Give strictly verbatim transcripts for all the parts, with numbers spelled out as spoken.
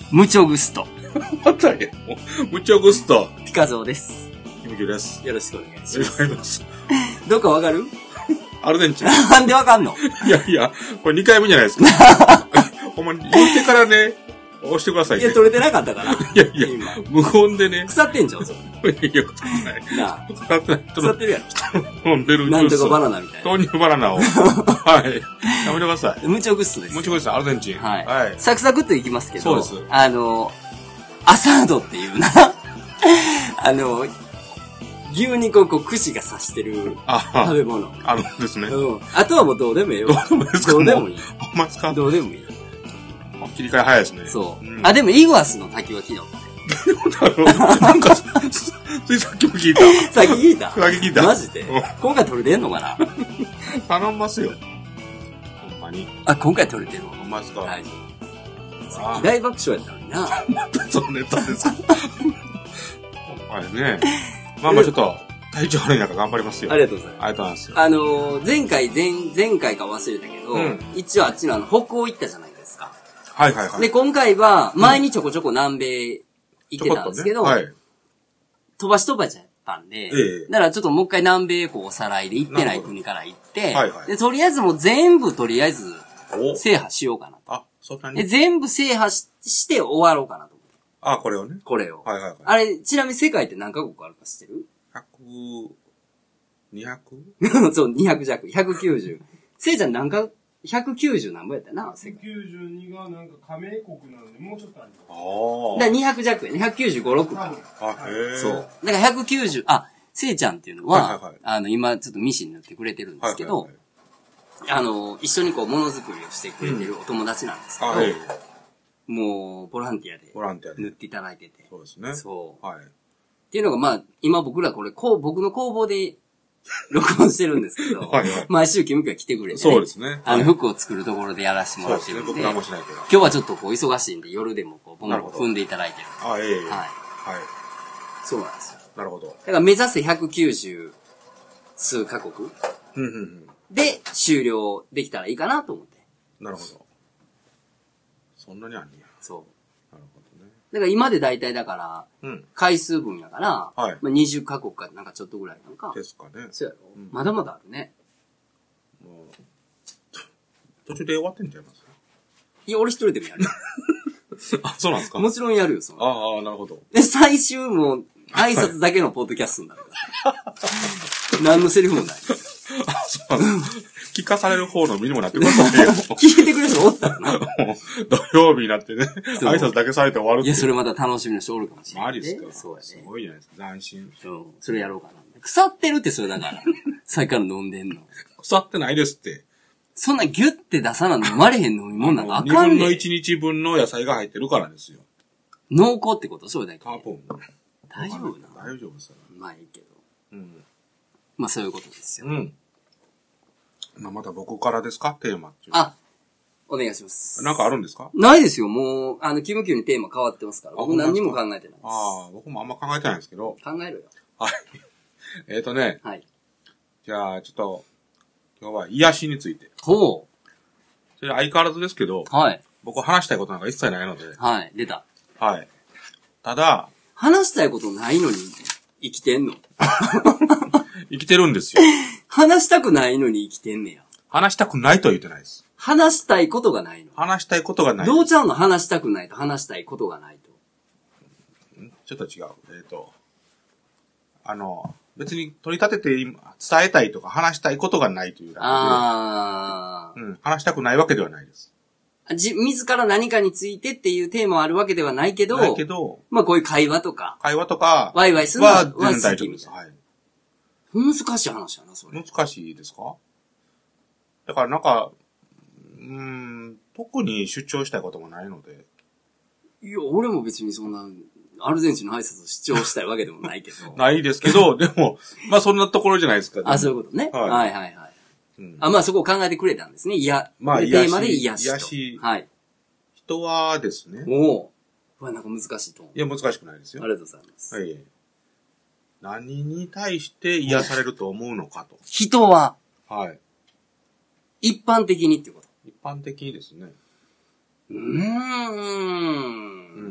ムチョグスト。 またや、ムチョグスト。 ピカゾーです。 キムキュです。 よろしくお願いします。 お願いします。 どうかわかる？ アルゼンチン。 なんでわかんの？ いやいや、これにかいめじゃないですか。ほんまに言ってからね、押してくださいね。 いや、取れてなかったから。 いやいや、無言でね。 腐ってんじゃん、それ。 いや、腐ってない。 なあ。 腐ってない。 腐ってるやろ。飲んでるジュース。 なんとかバナナみたいな。 豆乳バナナを。はい。やめてください。 ムチョグストです。 ムチョグスト、アルゼンチン。 はい。 はい。 サクサクっといきますけど。 そうです。 あの、アサードっていうな。あの、牛肉をこう、串が刺してる食べ物。 あるんですね。 うん。あとはもうどうでもいいよ。 どうでもいいですか？ どうでもいい。 ほんまですか？ どうでもいい。 切り替え早いですね。 そう。うん、あ、でもイグアスの滝は昨日。 なんか、ついさっきも聞いた。 さっき聞いた。 さっき聞いた。 マジで、うん、今回撮れてんのかな？ 頼んますよ。ほんまに。 あ、今回撮れてるわ。 ほんまですか？ 大丈夫。さっき大爆笑やったのにな。 またそのネタですか？ほんまにね。まあまあちょっと、体調悪い中頑張りますよ。 ありがとうございます。 ありがとうございます。 あのー、前回、前、前回か忘れたけど、うん、一応あっちのあの、北欧行ったじゃないですか。 はいはいはい。 で、今回は、前にちょこちょこ南米行ってたんですけど、うんねはい、飛ばし飛ばしちゃったんで、ええ、だからちょっともう一回南米こうおさらいで行ってない国から行って、はいはい、で、とりあえずもう全部とりあえず制覇しようかなと。 あ、そんなにで、全部制覇 し, して終わろうかなと思って。 あ、これをね。 これを。 はいはいはい。 あれ、ちなみに世界って何カ国あるか知ってる？ ひゃく、にひゃく? そう、にひゃく弱。ひゃくきゅうじゅう。せいちゃん何か、ひゃくきゅうじゅう何ぼやったな、世界。 ひゃくきゅうじゅうにがなんか加盟国なので、もうちょっとある。 ああ。 だからにひゃく弱やね。ひゃくきゅうじゅうご、ろくか。 あ、へえ。 そう。だからひゃくきゅうじゅう、あ、せいちゃんっていうのは、はいはいはい、あの、今ちょっとミシン塗ってくれてるんですけど、はいはいはい、あの、一緒にこう、ものづくりをしてくれてるお友達なんですけど、うん、はい、もう、ボランティアで、 ボランティアで塗っていただいてて。 そうですね。 そう。 はい。 っていうのが、まあ、今僕らこれ、こう、僕の工房で、録音してるんですけど、はいはい、毎週キムキが来てくれて、ね、 そうですね。 あの、服を作るところでやらせてもらってるんで、 そうですね、僕らもしないけど。 今日はちょっとこう、忙しいんで、夜でもこう、ボンボン踏んでいただいてる。 あ、ええー。はい。はい。 そうなんですよ。 なるほど。だから目指せひゃくきゅうじゅう数カ国で終了できたらいいかなと思って。 なるほど。そんなにあんねや。 そう。 なるほどね。 だから今で大体だから、うん、回数分やから、はい、まあ、にじゅっカ国かなんかちょっとぐらいなんか。 ですかね。 そうやろ、うん、まだまだあるね。 もう、途中で終わってんちゃいます？ いや、俺一人でもやる。 あ、そうなんですか？ もちろんやるよ、その。 ああ、なるほど。 で、最終も挨拶だけのポッドキャストになるから。何のセリフもない。 あ、そうなんです。聞かされる方の身にもなってくださいよ。 聞いてくれる人おったらな。 土曜日になってね、挨拶だけされて終わるって。 いや、それまた楽しみの人おるかもしれない、ね。 マジですか？ そうやね。 すごいじゃないですか。斬新。 そう。それやろうかな。腐ってるってそれだから。さっきから飲んでんの。 腐ってないですって。 そんなギュッて出さな飲まれへん飲み物なんかあかんねん。 にぶんのいちにちぶんの野菜が入ってるからですよ。 濃厚ってことそれだけ。 多分。 大丈夫な。 大丈夫ですよ。 まあいいけど。 うん。 まあそういうことですよ。 うん。まあまた僕からですかテーマ。 あ、お願いします。 なんかあるんですか？ ないですよ。もう、あの、キムキュにテーマ変わってますから。僕何にも考えてないです。 ああ、僕もあんま考えてないんですけど。 考えろよ。 はい。えっとね。 はい。 じゃあ、ちょっと、今日は癒しについて。 ほう。 それ相変わらずですけど。 はい。 僕話したいことなんか一切ないので。 はい。出た。 はい。ただ。 話したいことないのに生きてんの？ 生きてるんですよ。 話したくないのに生きてんねや。 話したくないとは言ってないです。 話したいことがないの。 話したいことがない。 どうちゃうの？話したくないと話したいことがないと。 んちょっと違う。えっと、あの、別に取り立てて伝えたいとか話したいことがないというだけで。 ああ。 うん。話したくないわけではないです。 じ、自ら何かについてっていうテーマはあるわけではないけど。 ないけど。 まあこういう会話とか。 会話とか。 ワイワイするのは全然大丈夫です。はい。 難しい話だな、それ。 難しいですか？だからなんか、うーん、特に主張したいこともないので。 いや、俺も別にそんな、アルゼンチンの挨拶を主張したいわけでもないけど。 ないですけど、でも、まあそんなところじゃないですか。 あ、そういうことね。はい、はい、はいはい。うん、あ、まあそこを考えてくれたんですね。いや、 まあ、 テーマで癒しと。 癒し。 はい。 人はですね。 おお。これなんか難しいと思う。 いや、難しくないですよ。 ありがとうございます。 はい。何に対して癒されると思うのかと。 人は。 はい。 一般的にってこと？ 一般的にですね。 うーん。う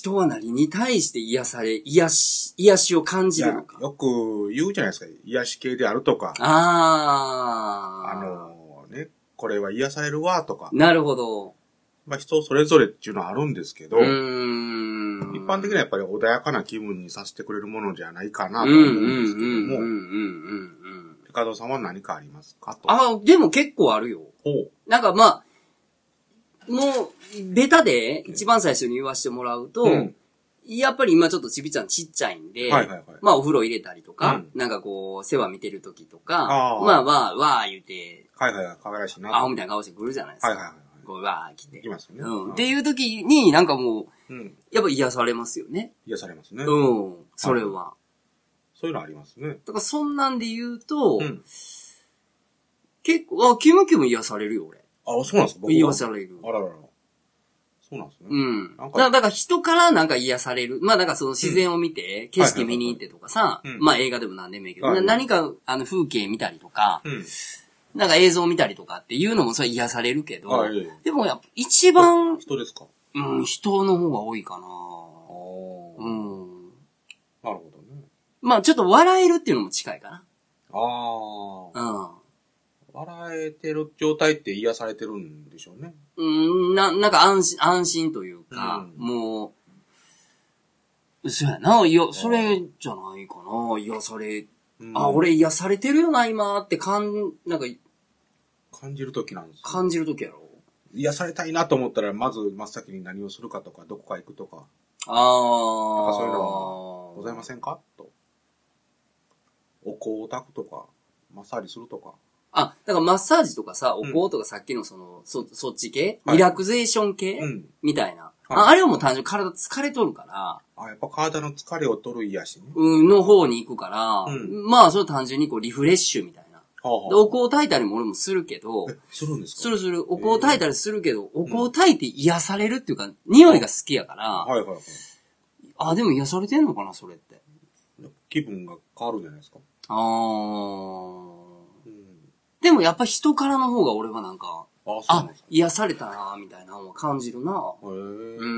人は何に対して癒され、癒し、癒しを感じるのか。 よく言うじゃないですか。癒し系であるとか。 ああ。 あのね、これは癒されるわとか。 なるほど。 まあ人それぞれっていうのはあるんですけど、 うーん一般的にはやっぱり穏やかな気分にさせてくれるものじゃないかなと思うんですけども、ピカドさんは何かありますかと。 あ、でも結構あるよ。 ほう。 なんかまあ、もう、ベタで一番最初に言わせてもらうと、うん、やっぱり今ちょっとちびちゃんちっちゃいんで、はいはいはい、まあお風呂入れたりとか、うん、なんかこう、世話見てる時とか、あまあまあ、わー言うて、 はいはいはい、かわいらしいな。 アホみたいな顔してくるじゃないですか。はいはいはい。こう、わー来て。 来ますよね。 うん。っていう時になんかもう、うん、やっぱ癒されますよね。 癒されますね。 うん。それは。 そういうのありますね。 だからそんなんで言うと、うん、結構、あ、キムキム癒されるよ、俺。 あ、そうなんですか僕癒される。 あららら。そうなんですね。 うん。なんかだから人からなんか癒される。まあなんかその自然を見て、うん、景色見に行ってとかさ、うん、まあ映画でも何でもいいけど、うん、何かあの風景見たりとか、うん、なんか映像見たりとかっていうのもそれ癒されるけど、はい、でもやっぱ一番、 人ですか？ うん、人の方が多いかな。 うん。なるほどね。 まあちょっと笑えるっていうのも近いかな。 ああ。 うん。 笑えてる状態って癒されてるんでしょうね。 うん、な、なんか安心、安心というか、うん、もう、そうやな、いや、それじゃないかな、癒され、うん、あ、俺癒されてるよな、今って感、なんか、 感じるときなんですか、ね、感じるときやろ。 癒されたいなと思ったら、まず真っ先に何をするかとか、どこか行くとか。 ああ。 なんかそういうのはございませんかと。お香を炊くとか、マッサージするとか。 あ、だからマッサージとかさ、お香とかさっきのその、そ、そっち系、はい、リラクゼーション系、うん、みたいな。はい、あ, あれはもう単純に体疲れとるから。 あ、やっぱ体の疲れを取る癒しね。 うん、の方に行くから、うん、まあ、それ単純にこうリフレッシュみたいな。はあはあ、でお香炊いたりも俺もするけど。 え、するんですか？ するする。お香炊いたりするけど、お香炊いて癒されるっていうか、匂いが好きやから。 はいはいはい。 あ、でも癒されてんのかな、それって。 気分が変わるんじゃないですか？ あー。でもやっぱ人からの方が俺はなんか、あ、あ癒されたなみたいなのを感じるな。 へー。 うん。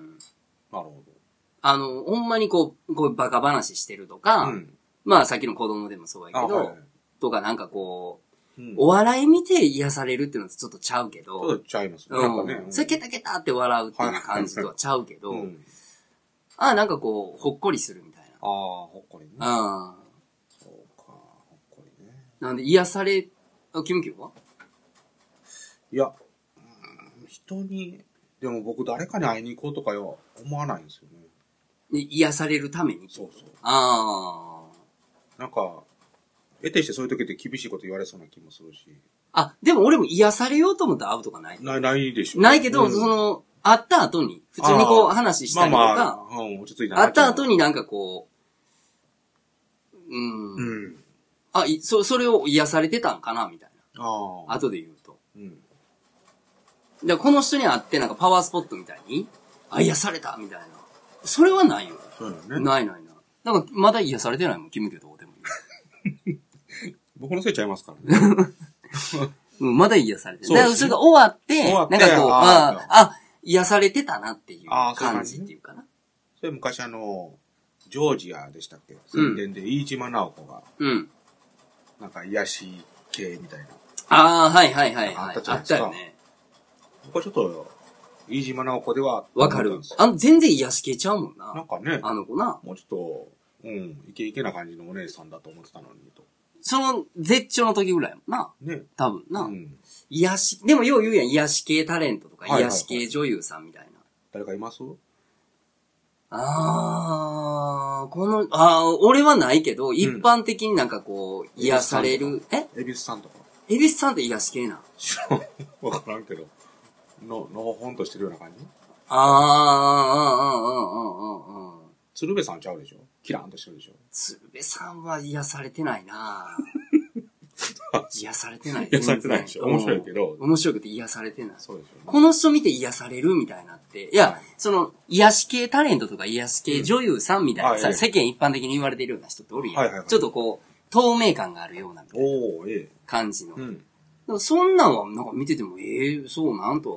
なるほど。 あの、ほんまにこう、こうバカ話してるとか、うん、まあさっきの子供でもそうやけど、はいはい、とかなんかこう、うん、お笑い見て癒されるっていうのとちょっとちゃうけど、 ちょっとちゃいますね。 うん、なんかね。うん、それケタケタって笑うっていう感じとはちゃうけど、うん、あなんかこう、ほっこりするみたいな。 ああ、ほっこりね。 うん。そうか、ほっこりね。なんで癒され、あ、キムキムはいや、うん、人に、でも僕誰かに会いに行こうとかは思わないんですよね。 癒されるために。 そうそう。 ああ。なんか、得てしてそういう時って厳しいこと言われそうな気もするし。 あ、でも俺も癒されようと思ったら会うとかないない、ないでしょ。 ないけど、うん、その、会った後に、普通にこう話したりとか、まあまあ、うん、落ち着いた会った後になんかこう、うん。うん。あ、い、そ、それを癒されてたんかなみたいな。ああ。後で言うと。うん。で、この人に会ってなんかパワースポットみたいに、あ、癒されたみたいな。それはないよ。 そうだね。 ないないない。なんかまだ癒されてないもん、キムキムとでも言う。僕のせいちゃいますからね。 うん、まだ癒されてる。だからそれが終わって、なんかこう、ああ、あ、癒されてたなっていう感じっていうかな。 それ昔あの、ジョージアでしたっけ宣伝で飯島直子が、うん。なんか癒し系みたいな。 ああ、はいはいはい、はい。あったじゃないですか。あったよね。 これちょっと、飯島直子では。 わかる。あの、全然癒し系ちゃうもんな。 なんかね。 あの子な。 もうちょっと、うん、イケイケな感じのお姉さんだと思ってたのにと。 その、絶頂の時ぐらいやもんな。 ね。 多分な。うん。癒し、でもよう言うやん、癒し系タレントとか、癒し系女優さんみたいな。 誰かいます？ あー、この、あー、俺はないけど、一般的になんかこう、癒される、えエビスさんとか。 エビスさんって癒し系な。 知らん。わからんけど。の、のほほんとしてるような感じ？ あー、あー、あー、あー、あー、あー。 鶴瓶さんちゃうでしょ？キラーンとしてるでしょ？ 鶴瓶さんは癒されてないな癒されてない。 癒されてないでしょ？面白いけど。 面白くて癒されてない。 そうでしょ、ね。 この人見て癒されるみたいなって。いや、はい、その、癒し系タレントとか癒し系女優さんみたいな、うん、さ、世間一般的に言われているような人っておるやん。はいはいはい、ちょっとこう、透明感があるようなみたいな感じの。おー、ええ、でもそんなんはなんか見てても、ええー、そうなんとは思うけど。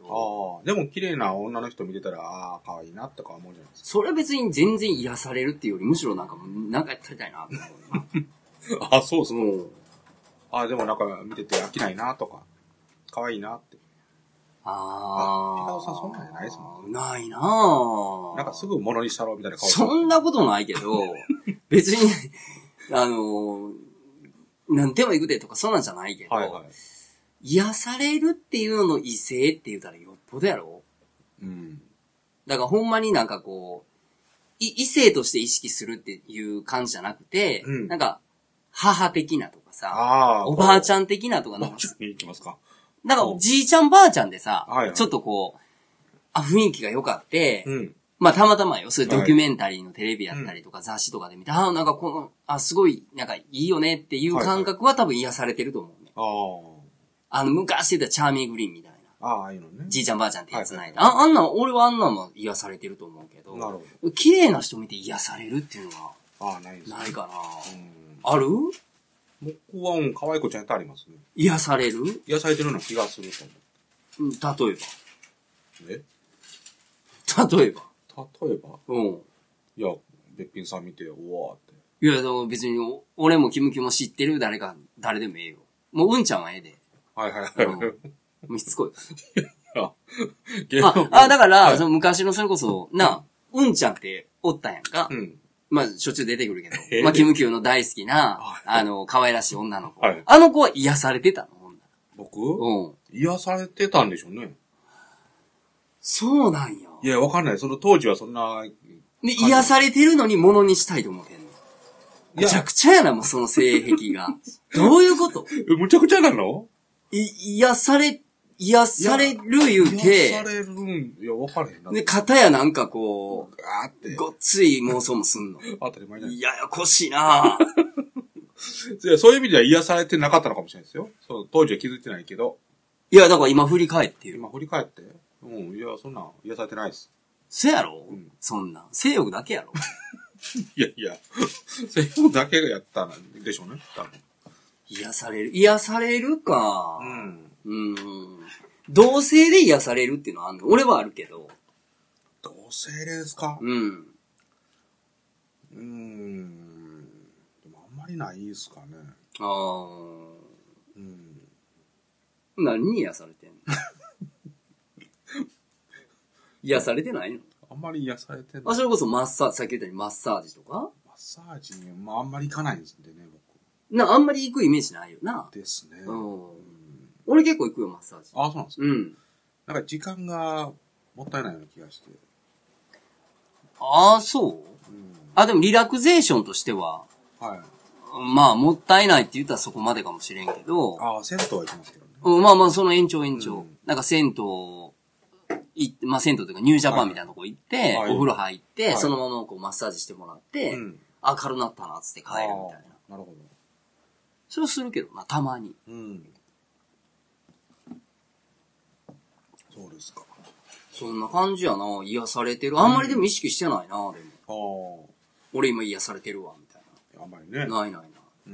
ど。ああ、でも綺麗な女の人見てたら、ああ、可愛いなとか思うじゃないですか。 それは別に全然癒されるっていうより、むしろなんか、なんかやってりたいなって思うな。あ、そうですか。うん、あ、でもなんか見てて飽きないなとか、可愛いなって。ああ。ピカオさんそんなんじゃないですもんね。 ないなぁ。 なんかすぐ物にしたろうみたいな顔してそんなことないけど、別に、あのー、なんでも行くでとかそんなんじゃないけど、はいはい、癒されるっていうのの異性って言ったらよっぽどやろ。うん。だからほんまになんかこう、異性として意識するっていう感じじゃなくて、うん、なんか、母的なとかさ、おばあちゃん的なとかなんか。 に行きますか。 なんか、じいちゃんばあちゃんでさ、はいはい、ちょっとこう、あ、雰囲気が良かって、うん、まあたまたまよ、そういうドキュメンタリーのテレビやったりとか、はい、雑誌とかで見て、あ、なんかこの、あ、すごい、なんかいいよねっていう感覚は多分癒されてると思うね。はいはい、あ, あの、昔言ったチャーミーグリーンみたいな。 ああ、ああいうのね。 じいちゃんばあちゃんってやつない、はいはい、あ、あんな、俺はあんなも癒されてると思うけど、なるほど。綺麗な人見て癒されるっていうのは、ああ、ないですね。ないかな。うん、ある？ 僕は、うん、可愛い子ちゃんとありますね。 癒される？ 癒されてるような気がすると思う。例えばえ例えば例えばうん。いや、べっぴんさん見て、うわーって。 いや、でも別に、俺もキムキも知ってる誰か、誰でもええよ。もう、うんちゃんはええで。 はいはいはい。もうしつこい。あ、あ、だから、はい、その昔のそれこそ、な、うんちゃんっておったんやんか。うん。まあ、しょっちゅう出てくるけど。えー、まあ、キムキューの大好きな、あの、可愛らしい女の子。はい、あの子は癒されてたの？ 僕？うん。癒されてたんでしょうね。 そうなんよ。 いや、わかんない。その当時はそんな。 で、癒されてるのに物にしたいと思ってんの。むちゃくちゃやな、もうその性癖が。どういうこと？ え、むちゃくちゃなの？ い、癒され、癒される言うて。 癒されるん、いや、わかれへんな。 で、片やなんかこう、ガーって。ごっつい妄想もすんの。 当たり前じゃない。 ややこしいなそういう意味では癒されてなかったのかもしれないですよ。そう、当時は気づいてないけど。 いや、だから今振り返ってよ。 今振り返ってうん、いや、そんな、癒されてないです。 せやろ、うん、そんな。性欲だけやろいやいや、性欲だけがやったんでしょうね、多分。 癒される。癒されるか。うん。うん。同性で癒されるっていうのはあんの？俺はあるけど。 同性ですか？うん。うーん。でもあんまりないですかね。ああ。 うん。何に癒されてんの？癒されてないの？ あんまり癒されてない。 あ、それこそマッサージ、さっき言ったようにマッサージとか？ マッサージに、まああんまり行かないんですんでね、僕。 な、あんまり行くイメージないよな。 ですね。 うん。俺結構行くよ、マッサージ。 あ、そうなんですか。うん。なんか時間がもったいないような気がして。 ああ、そう、うん、あ、でもリラクゼーションとしては、はい。まあ、もったいないって言ったらそこまでかもしれんけど。 ああ、銭湯は行きますけどね。 うん、まあまあ、その延長延長。うん、なんか銭湯、行って、まあ銭湯というかニュージャパンみたいなとこ行って、はい、お風呂入って、はい、そのままこうマッサージしてもらって、うん、明るなったなっつって帰るみたいな。なるほど。それをするけどな、たまに。うん。 そうですか。 そんな感じやな、癒されてる。あんまりでも意識してないな、でも。ああ。俺今癒されてるわ、みたいな。あんまりね。 ないないな。 うん。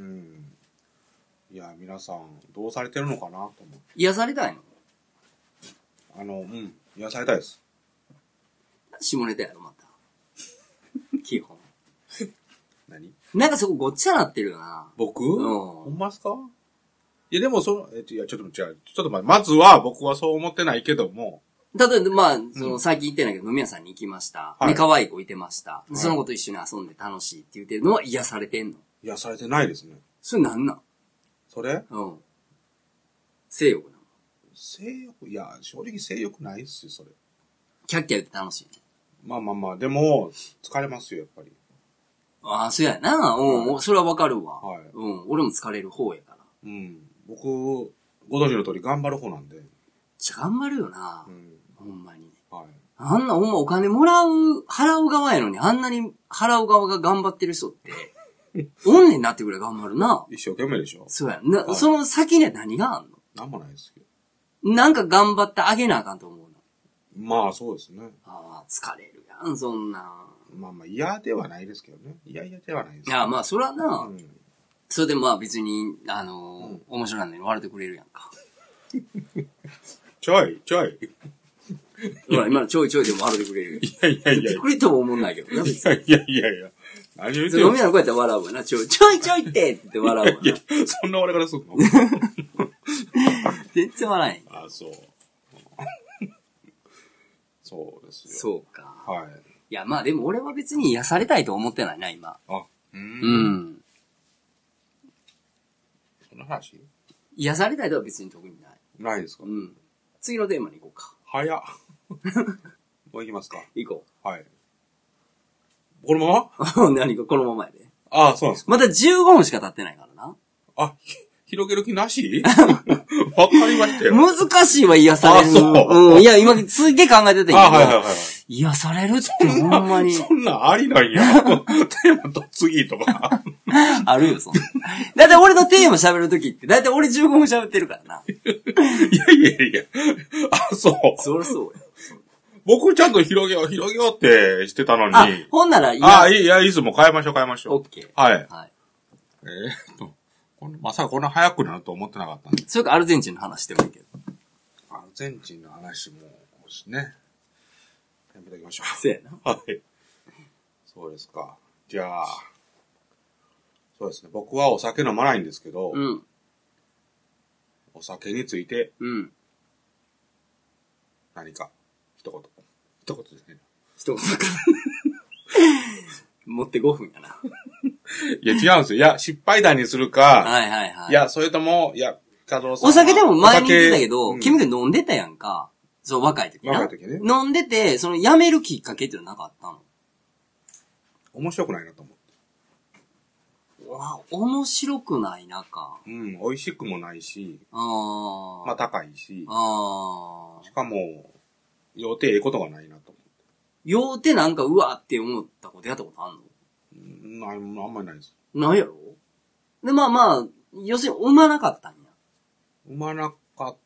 いや、皆さん、どうされてるのかなと思って。 癒されたいの？ あの、うん。癒されたいです。 下ネタやろ、また。基本。 何？ なんかそこごっちゃなってるよな。 僕？うん。ほんまっすか？いや、でもその、え、いや、ちょっと違う。ちょっと待って、まずは僕はそう思ってないけども。 例えば、まあ、その、最近言ってないけど、飲み屋さんに行きました。はい、で、可愛い子いてました。はい、その子と一緒に遊んで楽しいって言ってるのは癒されてんの？ 癒されてないですね。 それなんなん？ それ？ うん。性欲なの？ 性欲？いや、正直性欲ないっすよ、それ。 キャッキャ言って楽しい。 まあまあまあ、でも、疲れますよ、やっぱり。 ああ、そうやな。うん、はい、それはわかるわ。はい。うん、俺も疲れる方やから。 うん。僕、ご存知の通り頑張る方なんで。 じゃ頑張るよな。うん。ほんまに。はい。あんなほんまお金もらう、払う側やのに、あんなに払う側が頑張ってる人って、おんねんなってくらい頑張るな。 一生懸命でしょ。 そうやな、はい。その先には何があんの？ なんもないですよ。 なんか頑張ってあげなあかんと思うの。 まあそうですね。 ああ、疲れるやん、そんな。 まあまあ嫌ではないですけどね。嫌々ではないです、 ね。いや、まあそれはな、うん、それでまあ別に、あのーうん、面白いのに笑ってくれるやんか。 ちょい、ちょい。 ほら、今のちょいちょいでも笑ってくれる。 いやいやいや。 びっくりとも思んないけどな。 いやいやいやいや。何を言ってるの？飲みなこうやって笑うわな。ちょいちょいちょいってって言って笑うわな。 いや、そんな笑い方すんの？ 全然笑えん。 あ、そう。そうですよ。 そうか。 はい。 いや、まあでも俺は別に癒されたいと思ってないな、今。 あ、 うん。うん。 その話？ 癒されたいとは別に特にない。 ないですか？ うん。次のテーマに行こうか。 早っ。もう行きますか？ 行こう。はい。このまま何かこのままやで。 ああ、そうなんですか。 まだじゅうごふんしか経ってないからな。 あ、広げる気なし？わかりましたよ。 難しいわ、癒される。 あ、そう。 うん。いや、今すげえ考えてたんやけど。 あ、はいはいはい。 癒されるってほんまに。 そんなんありなんや。テーマと次とか。 あるよ、そんな。だいたい俺のテーマ喋るときって、だいたい俺じゅうごふん喋ってるからな。 いやいやいや。あ、そう。 そりゃそうや。 僕ちゃんと広げよう、広げようってしてたのに。 あ、ほんなら、いや。あ、いい、いや、いいっす。もう変えましょう、変えましょう。 オッケー。 はい。 はい。 えーっと、このまさかこんな早くなると思ってなかったんで。 それかアルゼンチンの話してもいいけど。 アルゼンチンの話も、ね。やめておきましょう。 そうやな。 はい。そうですか。じゃあ、そうですね。僕はお酒飲まないんですけど、 うん。 お酒について、 うん。 何か、一言。一言ですね。 一言か。持ってごふんやな。 いや、違うんですよ。いや、失敗談にするか、 はいはいはい。 いや、それとも、いや、加藤さん。 お酒でも前に言ってたけど、 うん、 君が飲んでたやんか。そう、若い時な。 若い時ね。 飲んでて、その、辞めるきっかけっていうのはなかったの？ 面白くないなと思って。 わ、面白くないなか。 うん、美味しくもないし、 あまあ高いし、 あしかも、予定ええことがないなと思って。 酔うてなんかうわって思ったことやったことあんの？ うん、あんまりないです。 ないやろ？で、まあまあ、要するに産まなかったんや。 産まなかった、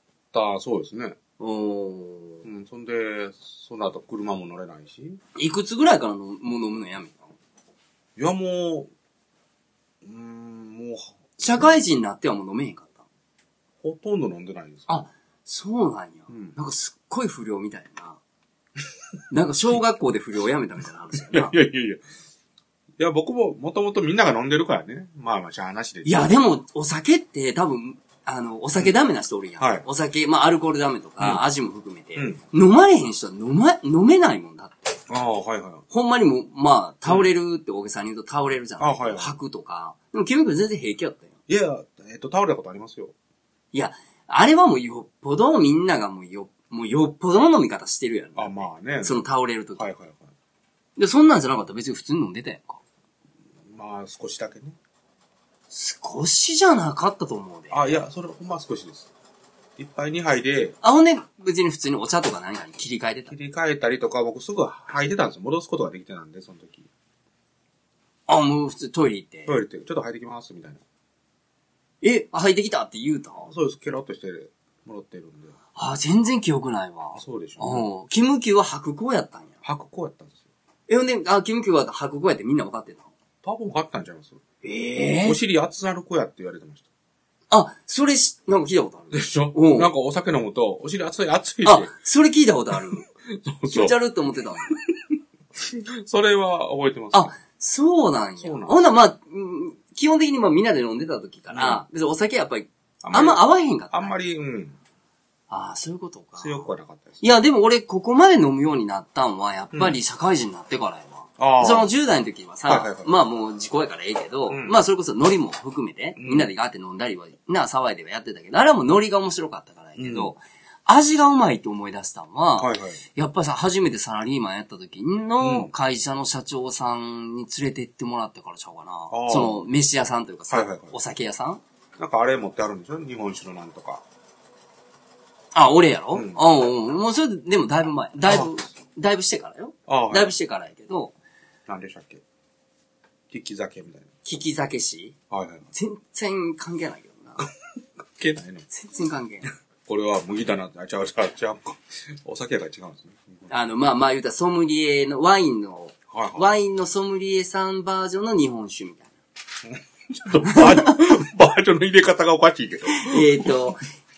そうですね。 おー。 うん、そんで、その後車も乗れないし。 いくつぐらいからのもう飲むのやめたの？ いやもう、うーん、もう、 社会人になってはもう飲めへんかった？ ほとんど飲んでないです。 あ、そうなんや。 うん、 なんかすっごい不良みたいな。なんか小学校で不良やめたみたいな話やな。 いやいやいやいや。いや、僕ももともとみんなが飲んでるからね。まあまあ、しゃあなしで。 いや、でも、お酒って多分、あの、お酒ダメな人おるやん。はい、お酒、まあ、アルコールダメとか、うん、味も含めて、うん。飲まれへん人は飲ま、飲めないもんだって。 ああ、はいはい。 ほんまにもう、まあ、倒れるって大げさに言うと倒れるじゃん。 ああ、はいはい。 吐くとか。でも、君君全然平気やったよ。 いや、えっと、倒れたことありますよ。 いや、あれはもうよっぽどみんながもうよ、もうよっぽどの飲み方してるやん。 あ、まあね。 その倒れるとき。 はいはいはい。 で、そんなんじゃなかったら別に普通に飲んでたやんか。 まあ、少しだけね。 少しじゃなかったと思うで。 あ、いや、それほんま少しです。一杯二杯で。 あ、ほんで、別に普通にお茶とか何かに切り替えてた。 切り替えたりとか、僕すぐ吐いてたんですよ。戻すことができてたんで、その時。 あ、もう普通トイレ行って。 トイレ行って、ちょっと吐いてきます、みたいな。 え、吐いてきたって言うた？ そうです、ケロッとして戻ってるんで。 あ、全然記憶ないわ。 そうでしょ、 ね。うん。キムキューは吐く子やったんや。 吐く子やったんですよ。 え、ほんで、あ、キムキューは吐く子やってみんな分かってたの？ 多分分かってたんちゃいます？ ええー。 お尻熱なる子やって言われてました。 あ、それし、なんか聞いたことある。 でしょ？うん。なんかお酒飲むと、お尻熱い熱いし。 あ、それ聞いたことある。 そうそう。 気持ち悪いって思ってたの。 それは覚えてます。 あ、そうなんや。ほんならまあ、基本的にまあみんなで飲んでた時から、うん、別にお酒やっぱり、あんま合わへんかった。 あんまり、うん。 ああ、そういうことか。 強くはなかったです。 いや、でも俺、ここまで飲むようになったんは、やっぱり社会人になってからやわ。うん、そのじゅう代の時はさ、はいはいはい、まあもう時効やからええけど、うん、まあそれこそノリも含めて、うん、みんなでガーって飲んだりは、な、騒いではやってたけど、あれはもうノリが面白かったからやけど、うん、味がうまいと思い出したのは、はいはい、やっぱさ、初めてサラリーマンやった時の会社の社長さんに連れて行ってもらってからちゃうかな。うん、その、飯屋さんというかさ、はいはいはい、お酒屋さんなんかあれ持ってあるんでしょ？日本酒のなんとか。 あ、俺やろ？うん。うん、もうそれで、でもだいぶ前。だいぶ、だいぶしてからよ。あ、はい、だいぶしてからやけど。 何でしたっけ？利き酒みたいな。 利き酒師？ はいはい。 全然関係ないけどな。関係ないの？ 全然関係ない。 これは麦だなって、あ、ちゃうちゃうちゃうか。お酒やから違うんですね。 あの、まあまあ言うたらソムリエの、ワインの、はいはい、ワインのソムリエさんバージョンの日本酒みたいな。 ちょっとバージョン、バージョンの入れ方がおかしいけど。 えっと、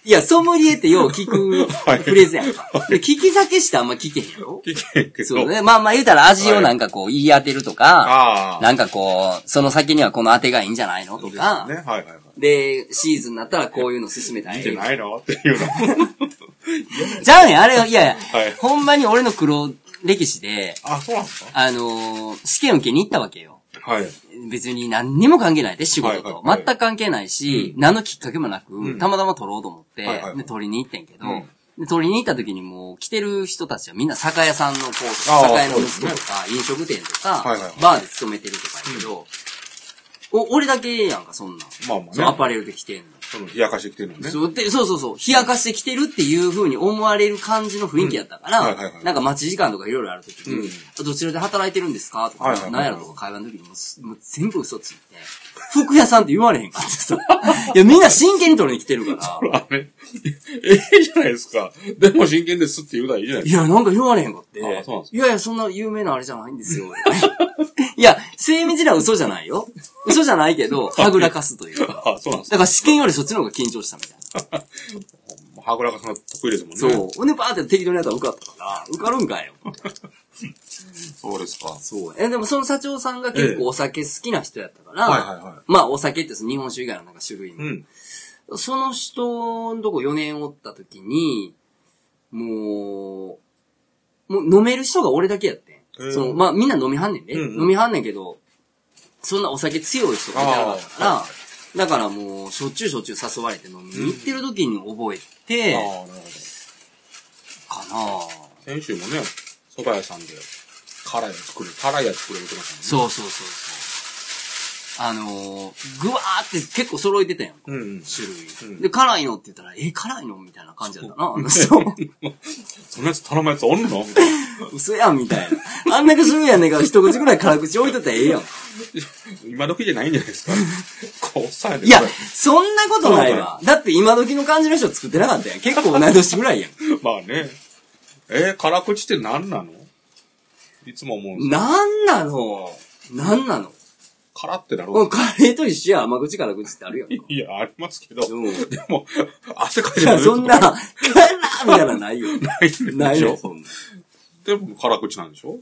いや、ソムリエってよう聞くフレーズやんか。で、聞き酒してあんま聞けへんよ。 聞けへんけど。 そうね。まあまあ言うたら味をなんかこう言い当てるとか、なんかこう、その先にはこの当てがいいんじゃないのとか、 ね、はいはいはい。 で、シーズンになったらこういうの進めたらいい。 いいんじゃないのっていうの。 じゃあね、あれは、いやいや、はい、ほんまに俺の黒歴史で、 あ、そうなんですか？ あのー、試験受けに行ったわけよ。 はい。 別に何にも関係ないで、仕事と。はいはいはい、全く関係ないし、うん、何のきっかけもなく、うん、たまたま取ろうと思って、はいはいはい、で、取りに行ってんけど、うん、で、取りに行った時にもう、来てる人たちはみんな酒屋さんのこう、酒屋の息子とか、飲食店とか、はいはいはい、バーで勤めてるとかやけど、うん、お、俺だけやんか、そんなん。まあまあね。そう、アパレルで来てんの。 その、冷やかしてきてるのね。 そうで、そうそうそう。冷やかしてきてるっていう風に思われる感じの雰囲気やったから、うんはいはいはい、なんか待ち時間とかいろいろあるときに、うん、どちらで働いてるんですかとか、はいはいはい、何やろとか会話の時にもう、もう全部嘘ついて、服屋さんって言われへんかってさ。いや、みんな真剣に取りに来てるから。 あれええじゃないですか。でも真剣ですって言うのはいいじゃないですか。 いや、なんか言われへんかって。 ああそうなんですか。 いやいや、そんな有名なあれじゃないんですよ。いや、精密には嘘じゃないよ。嘘じゃないけど、はぐらかすというか。 あ、そうなんですか。 だから試験よりそっちの方が緊張したみたいな。 はぐらかすの得意ですもんね。 そう。ほんでバーって適当にやったら受かったから、受かるんかよ。 そうですか。 そう。え、でもその社長さんが結構お酒好きな人やったから、 ええ、はいはいはい。 まあお酒ってその日本酒以外のなんか種類の。うん、その人のとこよねんおった時に、もう、もう飲める人が俺だけやってん。えー、その、まあみんな飲みはんねんね、うんうん。飲みはんねんけど、そんなお酒強い人がいなかったから、だからもう、しょっちゅうしょっちゅう誘われて飲みに行ってる時に覚えて、うん、ああ、なるほど。かなぁ。 先週もね、蕎麦屋さんで、辛いやつ作れる、辛いやつ作れるってことね。 そうそうそうそう。あのー、ぐわーって結構揃えてたやん。うんうん、種類、うん。で、辛いのって言ったら、え、辛いのみたいな感じだったな。そう。 そんなやつ頼むやつおんのみたいな。 嘘やん、みたいな。あんな種類やねんから一口ぐらい辛口置いとったらええやん。 今時じゃないんじゃないですか。こう抑えていや、そんなことないわ。だって今時の感じの人作ってなかったやん。結構同い年ぐらいやん。 まあね。えー、辛口って何なの？いつも思うんですよ。 何なの？何なの？ 辛ってなる？ うん、カレーと一緒や、甘口辛口ってあるやん。 いや、ありますけど。うん、でも、汗かいてる。 いや、そんな、辛いみたいなのないよ。 ないでしょ。ないよ、そんな。でも、辛口なんでしょ？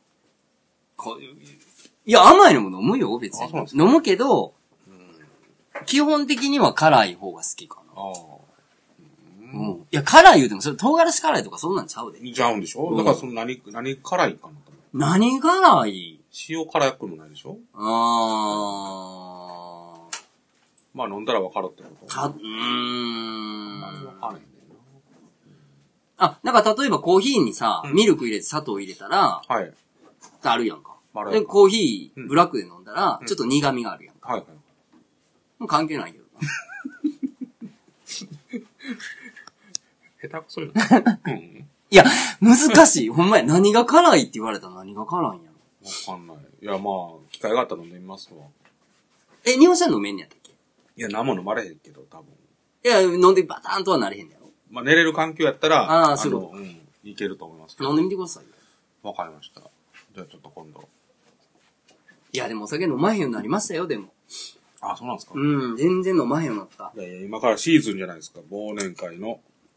いや、甘いのも飲むよ、別に。飲むけど、うん、基本的には辛い方が好きかな。ああ。うん。いや、辛い言うても、それ唐辛子辛いとかそんなんちゃうで。 ちゃうんでしょ、うん、だからその何、何辛いかなと思う。 何辛い？ 塩辛くもないでしょ？あー。まあ飲んだらわかるってこと。た、うーん。わかんないんだよな。 あ、なんか例えばコーヒーにさ、うん、ミルク入れて砂糖入れたら、はい。あるやんか。で、コーヒー、ブラックで飲んだら、うん、ちょっと苦味があるやんか。はいはい。もう関係ないけどな。 下手くそよ、うん。 いや、難しい。ほんまや。何が辛いって言われたら何が辛いんやろ。わかんない。いや、まあ、機会があったら飲んでみますわ。 え、日本酒飲めんねやったっけ？ いや、何も飲まれへんけど、多分。 いや、飲んでバターンとはなれへんやろ。 まあ、寝れる環境やったら、 ああ、そう。 うん、いけると思いますけど。飲んでみてくださいよ。 わかりました。じゃあちょっと今度。 いや、でもお酒飲まへんようになりましたよ、でも。 あ、そうなんですか？ うん、全然飲まへんようになった。 いやいや、今からシーズンじゃないですか、忘年会の。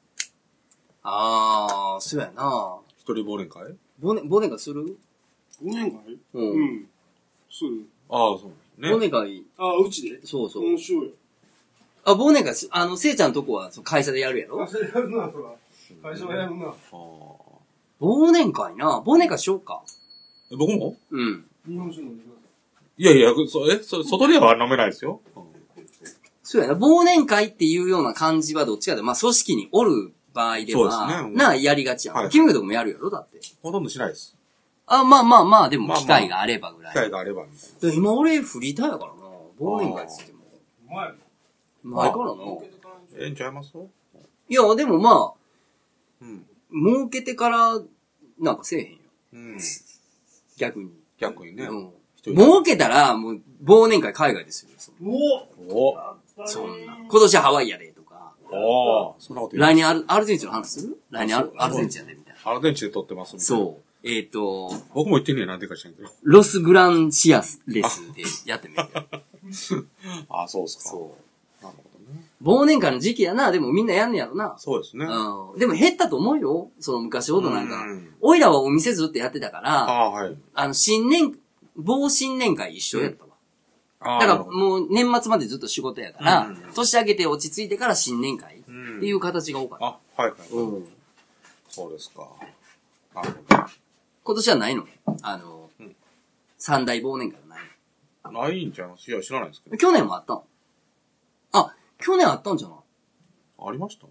あー、そうやな。 一人忘年会？ 忘年、忘年会する？ 忘年会？うん。うん。する。 ああ、そうね。忘年会。 ああ、うちで？ そうそう。 面白いよ。 あ、忘年会、あの、せいちゃんとこは会社でやるやろ？ 会社でやるな、そら。会社はやるな。ああ。 忘年会な。忘年会しようか。 え、僕も？ うん。 日本酒飲んでください。いやいや、そ、え、そ、外では飲めないですよ。うん、 そうやな。忘年会っていうような感じはどっちかで、まあ、組織におる場合では、そうですね。な、やりがちやん。はい、君のとこもやるやろだって。 ほとんどしないです。 あ、まあまあまあ、でも機会があればぐらい。 まあまあ、機会があればみたいな。 今俺フリーターやからな。忘年会っつっても。 前。 前からな。 ええんちゃいますいや、でもまあ、うん。儲けてから、なんかせえへんよ。うん。逆に。 逆にね。うん。 儲けたら、もう、忘年会海外ですよ。 おおそんな。今年ハワイやで、とか。 おそんなこと言う。来年アル、アルゼンチンの話する来年アル、アルゼンチンやで、みたいな。 アルゼンチンで撮ってますみたいな。 そう。えっ、ー、と、 僕も言ってんねや、なんていうか知らんけど。 ロスグランシアスレスでやってみる。 あ、そうっすか。 そう。 なるほどね。 忘年会の時期やな。でもみんなやんねやろな。 そうですね。 うん。でも減ったと思うよ。その昔ほどなんか。おいらはお店ずっとやってたから、あ、はい、あの、新年、某新年会一緒やったわ。うん、だからもう年末までずっと仕事やから、うん、年明けて落ち着いてから新年会っていう形が多かった。うん、あ、 はいはい。うん。そうですか。なるほど。 今年はないの？あの、うん、三大忘年会はないの？ないんじゃん。いや、知らないですけど。 去年もあったの？あ、去年あったんじゃない？ ありました？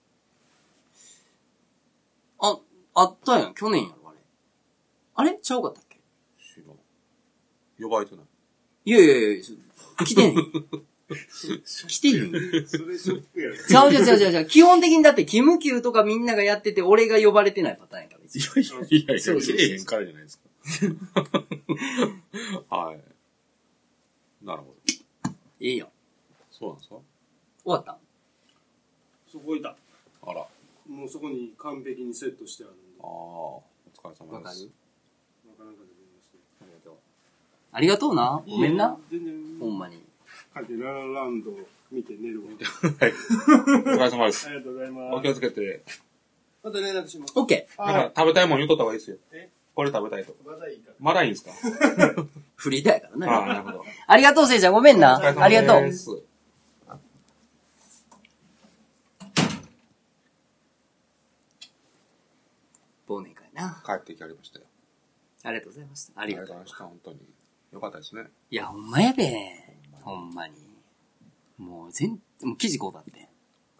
あ、あったやん。去年やろ、あれ。あれちゃうかったっけ？知らん。 呼ばれてない。 いやいやいや、来てんねん。来てんねん。それショックやろ。ちゃうちゃうちゃうちゃうちゃう。基本的にだって、キムキューとかみんながやってて、俺が呼ばれてないパターンやから。いやいやいやいや、 そうそうそう。へんからじゃないですか。はい。なるほど。 いいよ。 そうなんですか？ 終わった？ そこいた。 あら。 もうそこに完璧にセットしてあるんで。 ああ、お疲れ様です。 わかる？ なかなかできました。 ありがとう。ありがとうな。ごめんな。全然。ほんまに。 帰ってララランド見て寝るわ。 はい。お疲れ様です。 ありがとうございます。 お気をつけて。 また連絡します。 オッケー。だから食べたいもん言うとった方がいいですよ。え？これ食べたいと。 まだいいか。 まだいいんですか？ フリーだやからな。 ああ、なるほど。 ありがとう、せいちゃん。ごめんな。ありがとう。忘年会な。 帰ってきありましたよ。 ありがとうございました。ありがとうございました。 本当に。よかったですね。 いや、ほんまやべ。ほんまに。もう全、もう記事こうだって。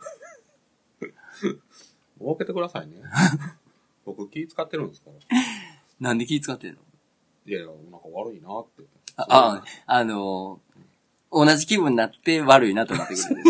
分けてくださいね。僕気使ってるんですから。 なんで気使ってるの？ いやいや、なんか悪いなって。 あ、あ、あのー、同じ気分になって悪いなと思ってくる。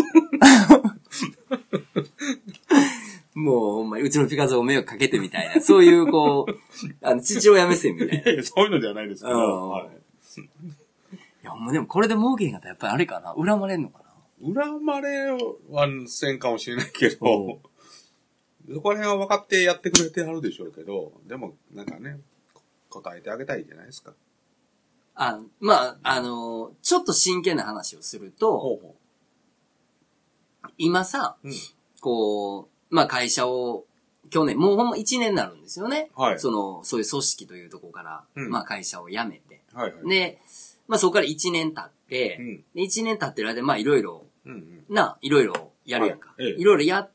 もう、ほんまに、うちのピカゾを迷惑かけてみたいな、そういう、こう、あの、父親目線みたいな。いやいや、 そういうのではないですけど。はい、いや、もうでもこれで儲けへんかったらやっぱりあれかな？恨まれんのかな？恨まれはせんかもしれないけど、そこら辺は分かってやってくれてはるでしょうけど、でも、なんかね、答えてあげたいじゃないですか。 あ、まあ、あの、ちょっと真剣な話をすると、ほうほう今さ、うん、こう、まあ会社を、去年、もうほんまいちねんになるんですよね。はい。その、そういう組織というところから、うん、まあ会社を辞めて。はいはい。で、まあそこからいちねん経って、うん、でいちねん経ってる間で、まあいろいろ、な、いろいろやるやんか。はい、いろいろやって、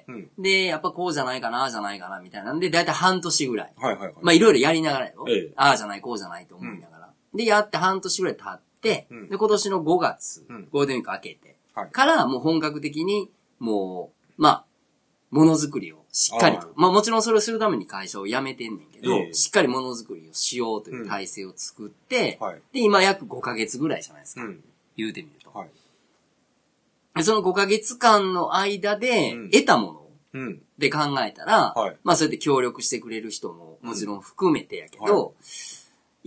うん、で、やっぱこうじゃないかな、ああじゃないかな、みたいなんで、だいたい半年ぐらい。はいはいはい。まあいろいろやりながらよ。ええ、ああじゃない、こうじゃないと思いながら。うん、で、やって半年ぐらい経って、うん、で、今年のごがつ、うん、ゴールデンウィーク明けて、はい、から、もう本格的に、もう、まあ、ものづくりをしっかりと。あまあもちろんそれをするために会社を辞めてんねんけど、えー、しっかりものづくりをしようという体制を作って、うんはい、で、今約ごかげつぐらいじゃないですか。うん、言うてみると。はい、そのごかげつかんの間で得たもので考えたら、うんはい、まあそうやって協力してくれる人ももちろん含めてやけど、はい、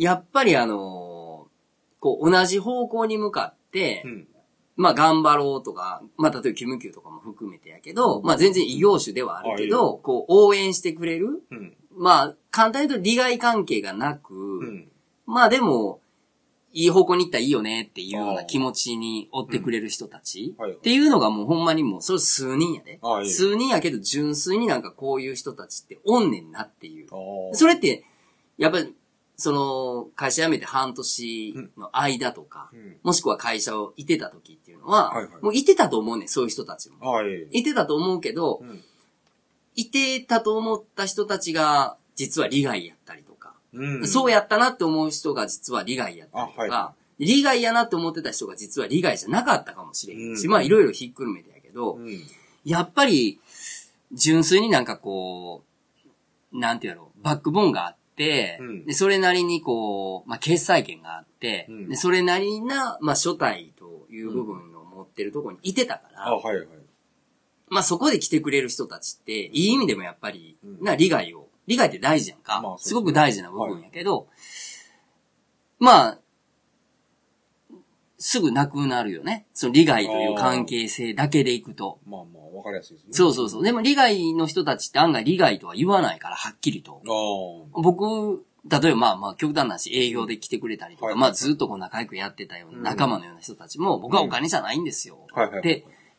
やっぱりあのー、こう同じ方向に向かって、うんまあ頑張ろうとか、まあ例えばキムキューとかも含めてやけど、まあ全然異業種ではあるけど、こう応援してくれる、うん、まあ簡単に言うと利害関係がなく、うん、まあでも、いい方向に行ったらいいよねっていうような気持ちに追ってくれる人たち、うん、っていうのがもうほんまにもう、それ数人やで。数人やけど純粋になんかこういう人たちっておんねんなっていう。それって、やっぱり、その、会社辞めて半年の間とか、うん、もしくは会社をいてた時っていうのは、はいはい、もういてたと思うねん、そういう人たちも。はい、いてたと思うけど、うん、いてたと思った人たちが、実は利害やったりとか、うん、そうやったなって思う人が実は利害やったりとか、はい、利害やなって思ってた人が実は利害じゃなかったかもしれんし、うん、まあいろいろひっくるめてやけど、うん、やっぱり、純粋になんかこう、なんてやろう、バックボーンがあって、で、うん、で、それなりにこう、まあ、決裁権があって、うん、で、それなりな、まあ、初対という部分を持ってるところにいてたから、うん、あ、はいはい。まあ、そこで来てくれる人たちって、いい意味でもやっぱり、うん、な、利害を、利害って大事やんか、まあ、すごく大事な部分やけど、はい、まあ、すぐなくなるよね。その利害という関係性だけでいくと。 まあまあ、わかりやすいですね。 そうそうそう。でも利害の人たちって案外利害とは言わないから、はっきりと。僕、例えばまあまあ、極端な話、営業で来てくれたりとか、はい、まあずっとこう仲良くやってたような仲間のような人たちも、僕はお金じゃないんですよ。はい、って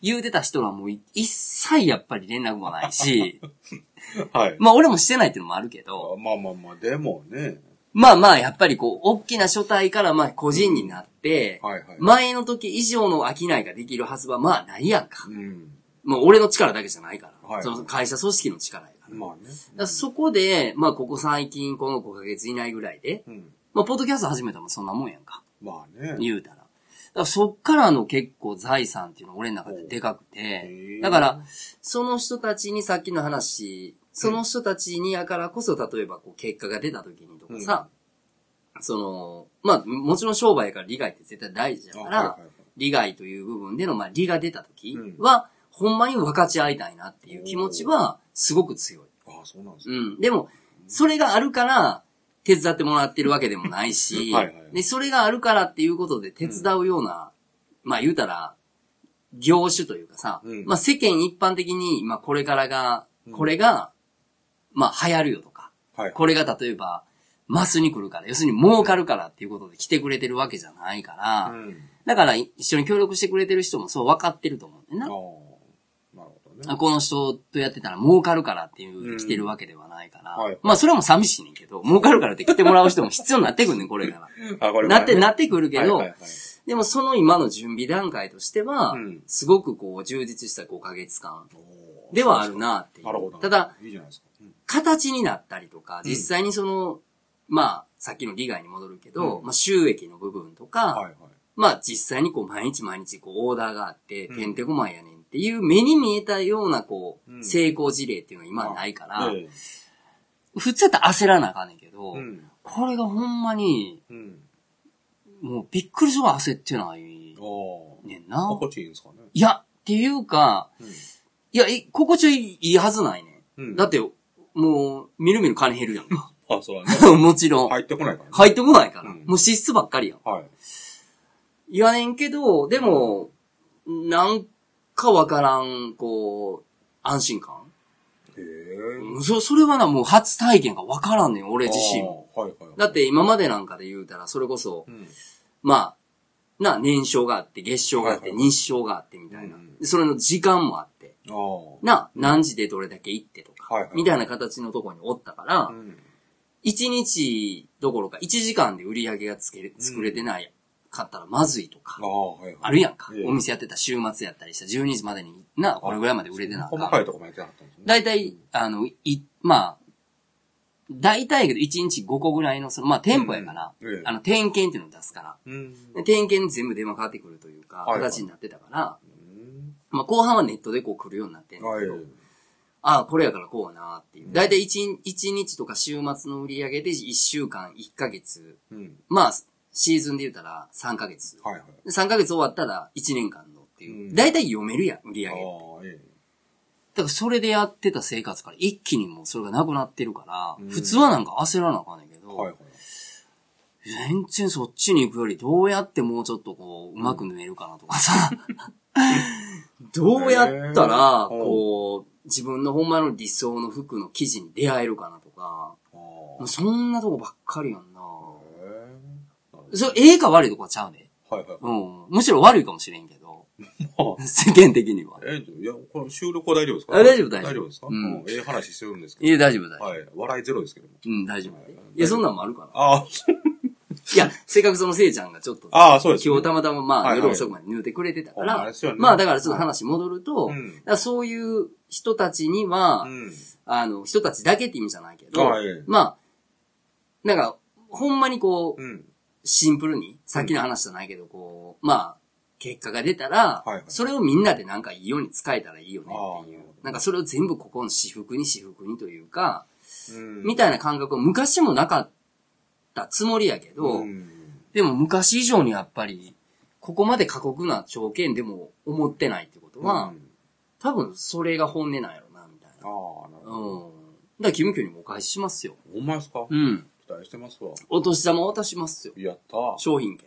言うてた人はもう一切やっぱり連絡もないし、 はい。 まあ俺もしてないっていうのもあるけど、 まあまあまあ、でもね。 まあまあやっぱりこう、大きな書体からまあ個人になって、うん、はいはい、前の時以上の商いができるはずはまあないやんか。うん、もう俺の力だけじゃないから。はい、その会社組織の力やから。まあね。うん、だそこで、まあここ最近このごかげつ以内ぐらいで、うん、まあポッドキャスト始めたのもそんなもんやんか。まあね。言うたら。だからそっからの結構財産っていうのは俺の中ででかくて、だから、その人たちにさっきの話、その人たちにやからこそ、例えばこう結果が出た時にとかさ、うん、その、まあもちろん商売やから利害って絶対大事だから、はいはいはい、利害という部分での、まあ利が出た時は、うん、ほんまに分かち合いたいなっていう気持ちはすごく強い。ああ、そうなんですね。うん。でも、それがあるから、手伝ってもらってるわけでもないし、はいはい、で、それがあるからっていうことで手伝うような、うん、まあ言うたら、業種というかさ、うん、まあ世間一般的に、まあこれからが、これが、うん、まあ流行るよとか、はい、これが例えば、マスに来るから、要するに儲かるからっていうことで来てくれてるわけじゃないから、うん、だから一緒に協力してくれてる人もそう分かってると思うんだよな。なるほどね、この人とやってたら儲かるからっていう来てるわけではないから、うんはい、まあそれも寂しいねんけど、儲かるからって来てもらう人も必要になってくるねん、これから。あこれなって、なってくるけど、はいはいはい、でもその今の準備段階としては、うん、すごくこう充実したごかげつかんではあるなっていう。ただ、いいじゃないですか、うん、形になったりとか、実際にその、うん、まあさっきの利害に戻るけど、うん、まあ収益の部分とか、はいはい、まあ実際にこう毎日毎日こうオーダーがあって、てんてこまいやねんっていう目に見えたようなこう、うん、成功事例っていうのは今はないから、うん、普通やったら焦らなあかんねんけど、うん、これがほんまに、うん、もうびっくりする焦ってないねんな。心地いいんですかね。いや、っていうか、うん、いや、心地いいはずないね、うん。だって、もう、みるみる金減るやんか。あ、そうだね。もちろん。入ってこないから、ね。入ってこないから。うん、もう支出ばっかりやん。はい。いやねんけど、でも、なんかわからん、こう、安心感。へえ。そ、それはな、もう初体験がわからんねん、俺自身も。はいはいはい、だって今までなんかで言うたら、それこそ、うん、まあ、な、年賞があって、月賞があって、はいはい、日賞があってみたいな。うん、それの時間もあって。な、何時でどれだけ行ってとか、はいはい、みたいな形のところにおったから、うん、いちにちどころかいちじかんで売り上げがつける、作れてない。かったらまずいとか、あ, はいはい、あるやんか、えー。お店やってた週末やったりしたじゅうにじまでにな、これぐらいまで売れてなかった。細かいとこもやってなかったんですね。だいたい、あの、い、まあ、だいたいやけどいちにちごこぐらいの、その、まあ店舗やから、うんえー、あの、点検っていうのを出すから、うん、点検全部電話かかってくるというか、はいはい、形になってたから、うん、まあ後半はネットでこう来るようになってんだけど、はい、ああ、これやからこうなっていう。だいたいいちにちとか週末の売り上げでいっしゅうかん、いっかげつ、うん、まあ、シーズンで言うたらさんかげつ。はいはい、さんかげつ終わったらいちねんかんのっていう。だいたい読めるやん、売り上げって。ええ、だからそれでやってた生活から一気にもうそれがなくなってるから、うん、普通はなんか焦らなあかんねんけど、はいはい、全然そっちに行くよりどうやってもうちょっとこう、うまく縫えるかなとかさ、どうやったら、こう、自分のほんまの理想の服の生地に出会えるかなとか、そんなとこばっかりやんな。それ、ええか悪いとこはちゃうね。はいはい。うん。むしろ悪いかもしれんけど。世間的には。えー、いや、この収録は大丈夫ですか？大丈夫、大丈夫。大丈夫ですか？うん。ええ話してるんですけど。いや、大丈夫、大丈夫。はい。笑いゼロですけども。うん、大丈夫。いや、そんなんもあるから。ああ。いや、せっかくそのせいちゃんがちょっと。ああ、そうです。今日たまたままあ、夜遅くまで寝てくれてたから。まあ、だからちょっと話戻ると、そういう人たちには、あの、人たちだけって意味じゃないけど、まあ、なんか、ほんまにこう、シンプルに、さっきの話じゃないけど、こう、まあ、結果が出たら、はいはい、それをみんなでなんかいいように使えたらいいよねっていう。なんかそれを全部ここの私服に私服にというか、うん、みたいな感覚は昔もなかったつもりやけど、うん、でも昔以上にやっぱり、ここまで過酷な条件でも思ってないってことは、うん、多分それが本音なんやろな、みたいな。ああ、なるほど。うん。だからキムキョにもお返ししますよ。ほんまですか？うん。期待してますわ。お年玉渡しますよ。やったー。商品券。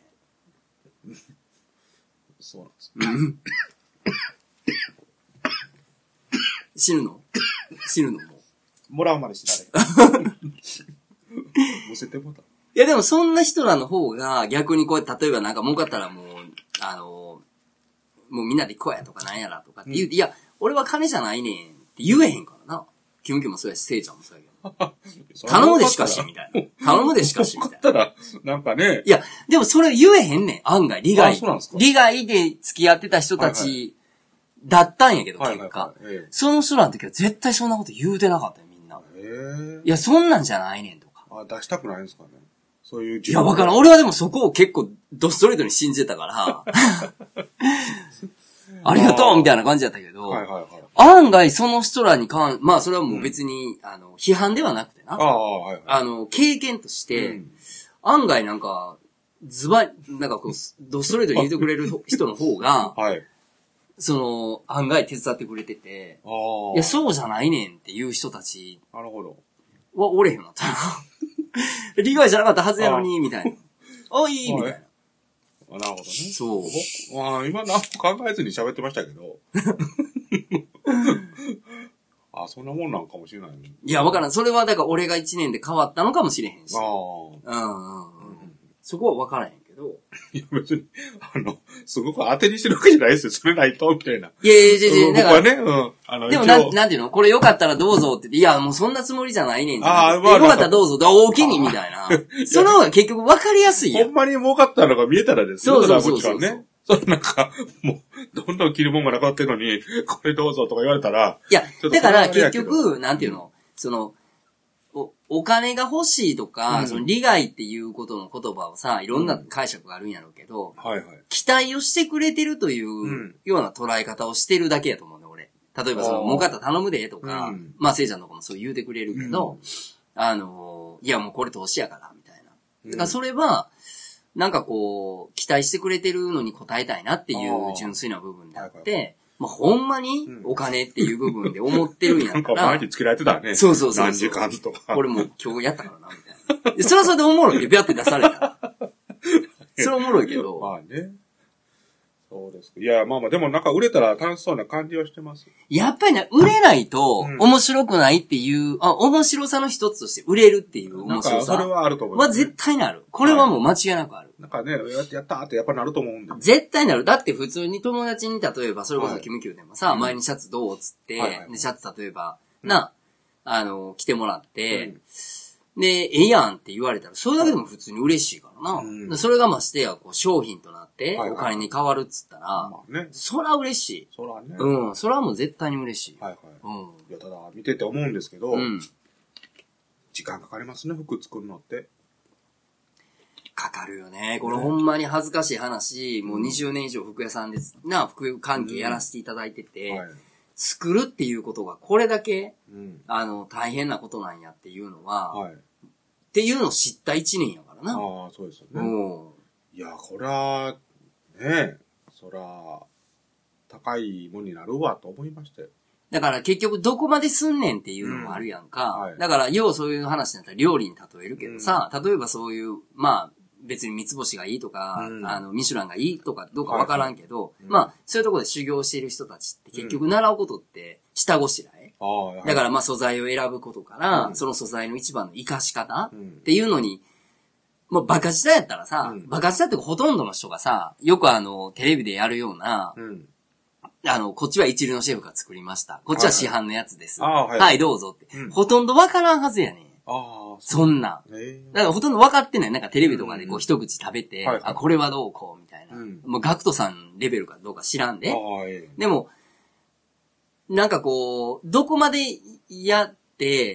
そうなんです。死ぬの？死ぬのもう。 もらうまで死なれ。むせてもた。 いやでもそんな人らの方が逆にこう例えばなんか儲かったらもう、あの、 もうみんなで行こうやとかなんやらとかって言うて、うん、いや、俺は金じゃないねんって言えへんからな。キムキもそうやし、せいちゃんもそうやけど。頼むでしかし、みたいな。頼むでしかし、みたいな。 ったら、なんかね。 いや、でもそれ言えへんねん、案外、利害。利害で付き合ってた人たちだったんやけど、結果。その人らの時は絶対そんなこと言うてなかったよ、みんな。いや、そんなんじゃないねんとか。 あ、出したくないんですかね。そういう。 いや、わからん。俺はでもそこを結構ドストレートに信じてたから、ありがとうみたいな感じだったけど、はいはいはい、案外その人らに関、まあそれはもう別に、うん、あの、批判ではなくてな。あ、はいはい、あの、経験として、うん、案外なんか、ズバなんかこう、ドストレートに言ってくれる人の方が、はい、その、案外手伝ってくれてて、いや、そうじゃないねんっていう人たち、 なるほど。 はおれへんなったな。利害じゃなかったはずやのに、みたいな。おい、みたいな。 あ、なるほどね。 そう。 まあ、今何も考えずに喋ってましたけど。あ、そんなもんなんかもしれないね。 いや、わからん。それはだから俺が一年で変わったのかもしれへんし。ああ。うんうん。そこはわからへんけど。 いや、別に、あの、すごく当てにしてるわけじゃないですよ。それないと、みたいな。 いやいやいやいや、 だから。僕はね、うん。あの、 でもなん、なんていうのこれよかったらどうぞって言って、いや、もうそんなつもりじゃないねん。ああ、まあ。よかったらどうぞ、大きに、みたいな。その方が結局わかりやすいやん。 ほんまに儲かったのが見えたらですよ。そうそうそうそう。 ね。そう、なんか、もう、どんどん着るもんがなくなってるのに、これどうぞとか言われたら。 いや、だから結局、なんていうのその、お、お金が欲しいとか、うん、その利害っていうことの言葉をさ、いろんな解釈があるんやろうけど、うん、はいはい。期待をしてくれてるというような捉え方をしてるだけやと思うね、俺。例えばその、儲かったら頼むで、とか、うん、まあ、せいちゃんとかもそう言うてくれるけど、うん、あの、いやもうこれ投資やから、みたいな。だからそれは、なんかこう、期待してくれてるのに応えたいなっていう純粋な部分であって、まあ、ほんまにお金っていう部分で思ってるんやから。なんか毎日つけられてたね。 そうそうそう。 何時間とか。 これもう今日やったからな、みたいな。それはそれでおもろいで、ビャって出された。それはおもろいけど。 まあね。そうです。いや、まあまあ、でもなんか売れたら楽しそうな感じはしてます。 やっぱりね、売れないと面白くないっていう、うん、あ、面白さの一つとして売れるっていう面白さ。なんかそれはあると思います、 ね。は絶対なる。これはもう間違いなくある。 なんかね、やったーってやっぱなると思うんで。 絶対なる。だって普通に友達に例えば、それこそキムキューでもさ、はい、前にシャツどうっつって、はいはい、で、シャツ例えば、うん、な、あの、着てもらって、うんで、ええやんって言われたら、それだけでも普通に嬉しいからな。うん、それがましてや、こう、商品となって、お金に変わるっつったら、はいはいね、そら嬉しい。 そらね。 うん、そらもう絶対に嬉しい。 はいはい。うん。いや、ただ、見てて思うんですけど、うん、時間かかりますね、服作るのって。 かかるよね。これほんまに恥ずかしい話、もうにじゅうねん以上服屋さんです。な、服関係やらせていただいてて、うんはい、作るっていうことがこれだけ、うん、あの、大変なことなんやっていうのは、はいっていうのを知った一年やからな。 ああ、そうですよね。うん。いや、これは、ねえ、そら、高いもんになるわと思いましたよ。 だから結局どこまですんねんっていうのもあるやんか。うんはい、だから、要はそういう話だったら料理に例えるけどさ、うん、例えばそういう、まあ、別に三つ星がいいとか、うん、あの、ミシュランがいいとかどうかわからんけど、はいはい、まあ、そういうところで修行している人たちって結局習うことって下ごしらえ。うん、だからまあ素材を選ぶことから、うん、その素材の一番の活かし方っていうのに、もうバカ舌やったらさ、うん、バカ舌ってほとんどの人がさ、よくあの、テレビでやるような、うん、あの、こっちは一流のシェフが作りました。こっちは市販のやつです。はい、はいはい、どうぞって、うん。ほとんどわからんはずやねん。あそんな。だからほとんど分かってない。なんかテレビとかでこう一口食べて、うんはいはい、あ、これはどうこうみたいな。うん、もうガクトさんレベルかどうか知らんで。でも、なんかこう、どこまでやって、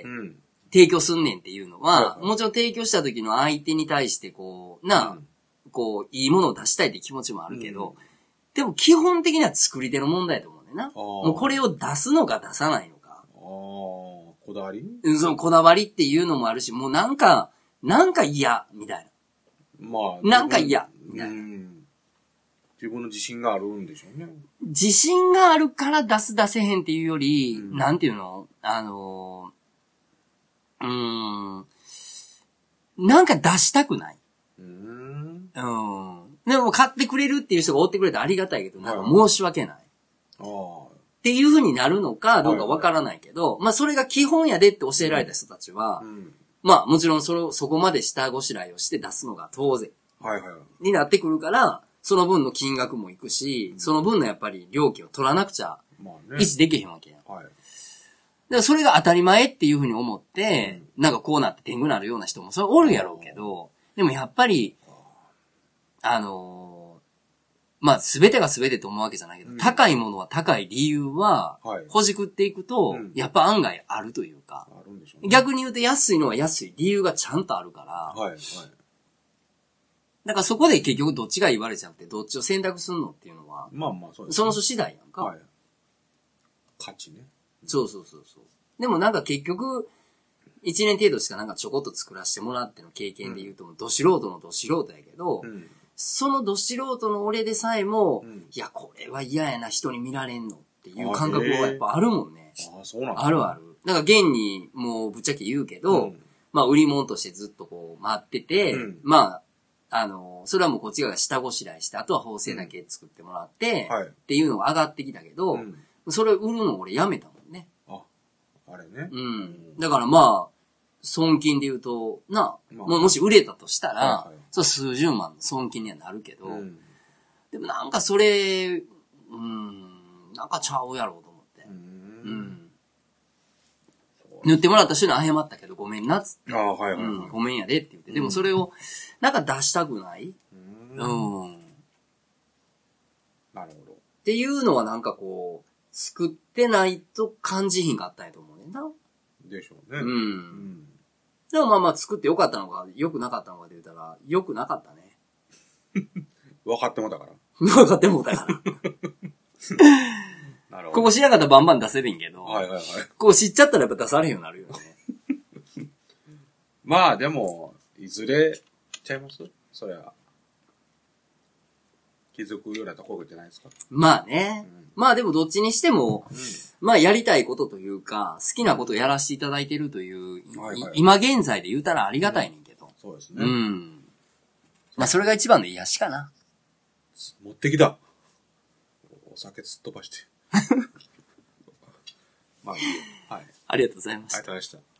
提供すんねんっていうのは、うん、もちろん提供した時の相手に対してこう、な、うん、こう、いいものを出したいって気持ちもあるけど、うん、でも基本的には作り手の問題だと思うねんな。もうこれを出すのか出さないのか。 あこだわり？ うん、そのこだわりっていうのもあるし、もうなんか、なんか嫌、みたいな。まあ。なんか嫌、みたいな。 自分の自信があるんでしょうね。 自信があるから出す出せへんっていうより、うん、なんていうのあのー、うーん、なんか出したくない。うーん。うん。でも買ってくれるっていう人がおってくれたらありがたいけど、なんか申し訳ない。ああ。っていう風になるのかどうかわからないけど、はいはい、まあそれが基本やでって教えられた人たちは、うん、まあもちろんそれをそこまで下ごしらえをして出すのが当然。はいはい。になってくるから、 その分の金額もいくし、その分のやっぱり料金を取らなくちゃ、維持できへんわけや。はい。だからそれが当たり前っていうふうに思って、うん、なんかこうなって天狗なるような人もそれおるやろうけど、でもやっぱり、あのー、まあ全てが全てと思うわけじゃないけど、うん、高いものは高い理由は、ほじくっていくと、うん、やっぱ案外あるというか、あるんでしょうね、逆に言うと安いのは安い理由がちゃんとあるから、はいはい、だからそこで結局どっちが言われちゃって、どっちを選択するのっていうのは、まあまあそうです、ね、その人次第やんか。はい。 価値ね。 そうそうそうそう。でもなんか結局、一年程度しかなんかちょこっと作らせてもらっての経験で言うと、うん、ど素人のど素人やけど、うん、そのど素人の俺でさえも、うん、いや、これは嫌やな、人に見られんのっていう感覚はやっぱあるもんね。 ああ、そうなんだ。 あるある。だから現にもうぶっちゃけ言うけど、うん、まあ売り物としてずっとこう待ってて、うん、まあ、あの、それはもうこっち側が下ごしらえして、あとは縫製だけ作ってもらって、うんはい、っていうのが上がってきたけど、うん、それを売るの俺やめたもんね。 あ、あれね。 うん。だからまあ、損金で言うと、な、まあ、もし売れたとしたら、はいはい、そう数十万の損金にはなるけど、うん、でもなんかそれ、うん、なんかちゃうやろうと思って。うん。塗ってもらった人に謝ったけどごめんなっつって。 ああ、はいはい、はい、 うん。ごめんやでって言って。でもそれを、なんか出したくない。うん。うん。 なるほど。 っていうのはなんかこう、作ってないと感じひんかったんやと思うねんな。 でしょうね。 うん。うん、でもまあまあ作ってよかったのか、良くなかったのかで言ったら、良くなかったね。 分かってもだから。 分かってもだから。なるほど。ここ知らなかったらバンバン出せるんけど、はいはいはい。ここ知っちゃったらやっぱ出されへんようになるよね。 まあでも、いずれちゃいますそりゃ。気づくようなところじゃないですか。 まあね。うん、まあでもどっちにしても、うん、まあやりたいことというか、好きなことをやらせていただいてるという、はいはい、今現在で言うたらありがたいねんけど。うん、 そうですね。 うん。まあそれが一番の癒しかな。 持ってきた。お酒すっ飛ばして。まあいいよ。はい。 ありがとうございました。 ありがとうございました。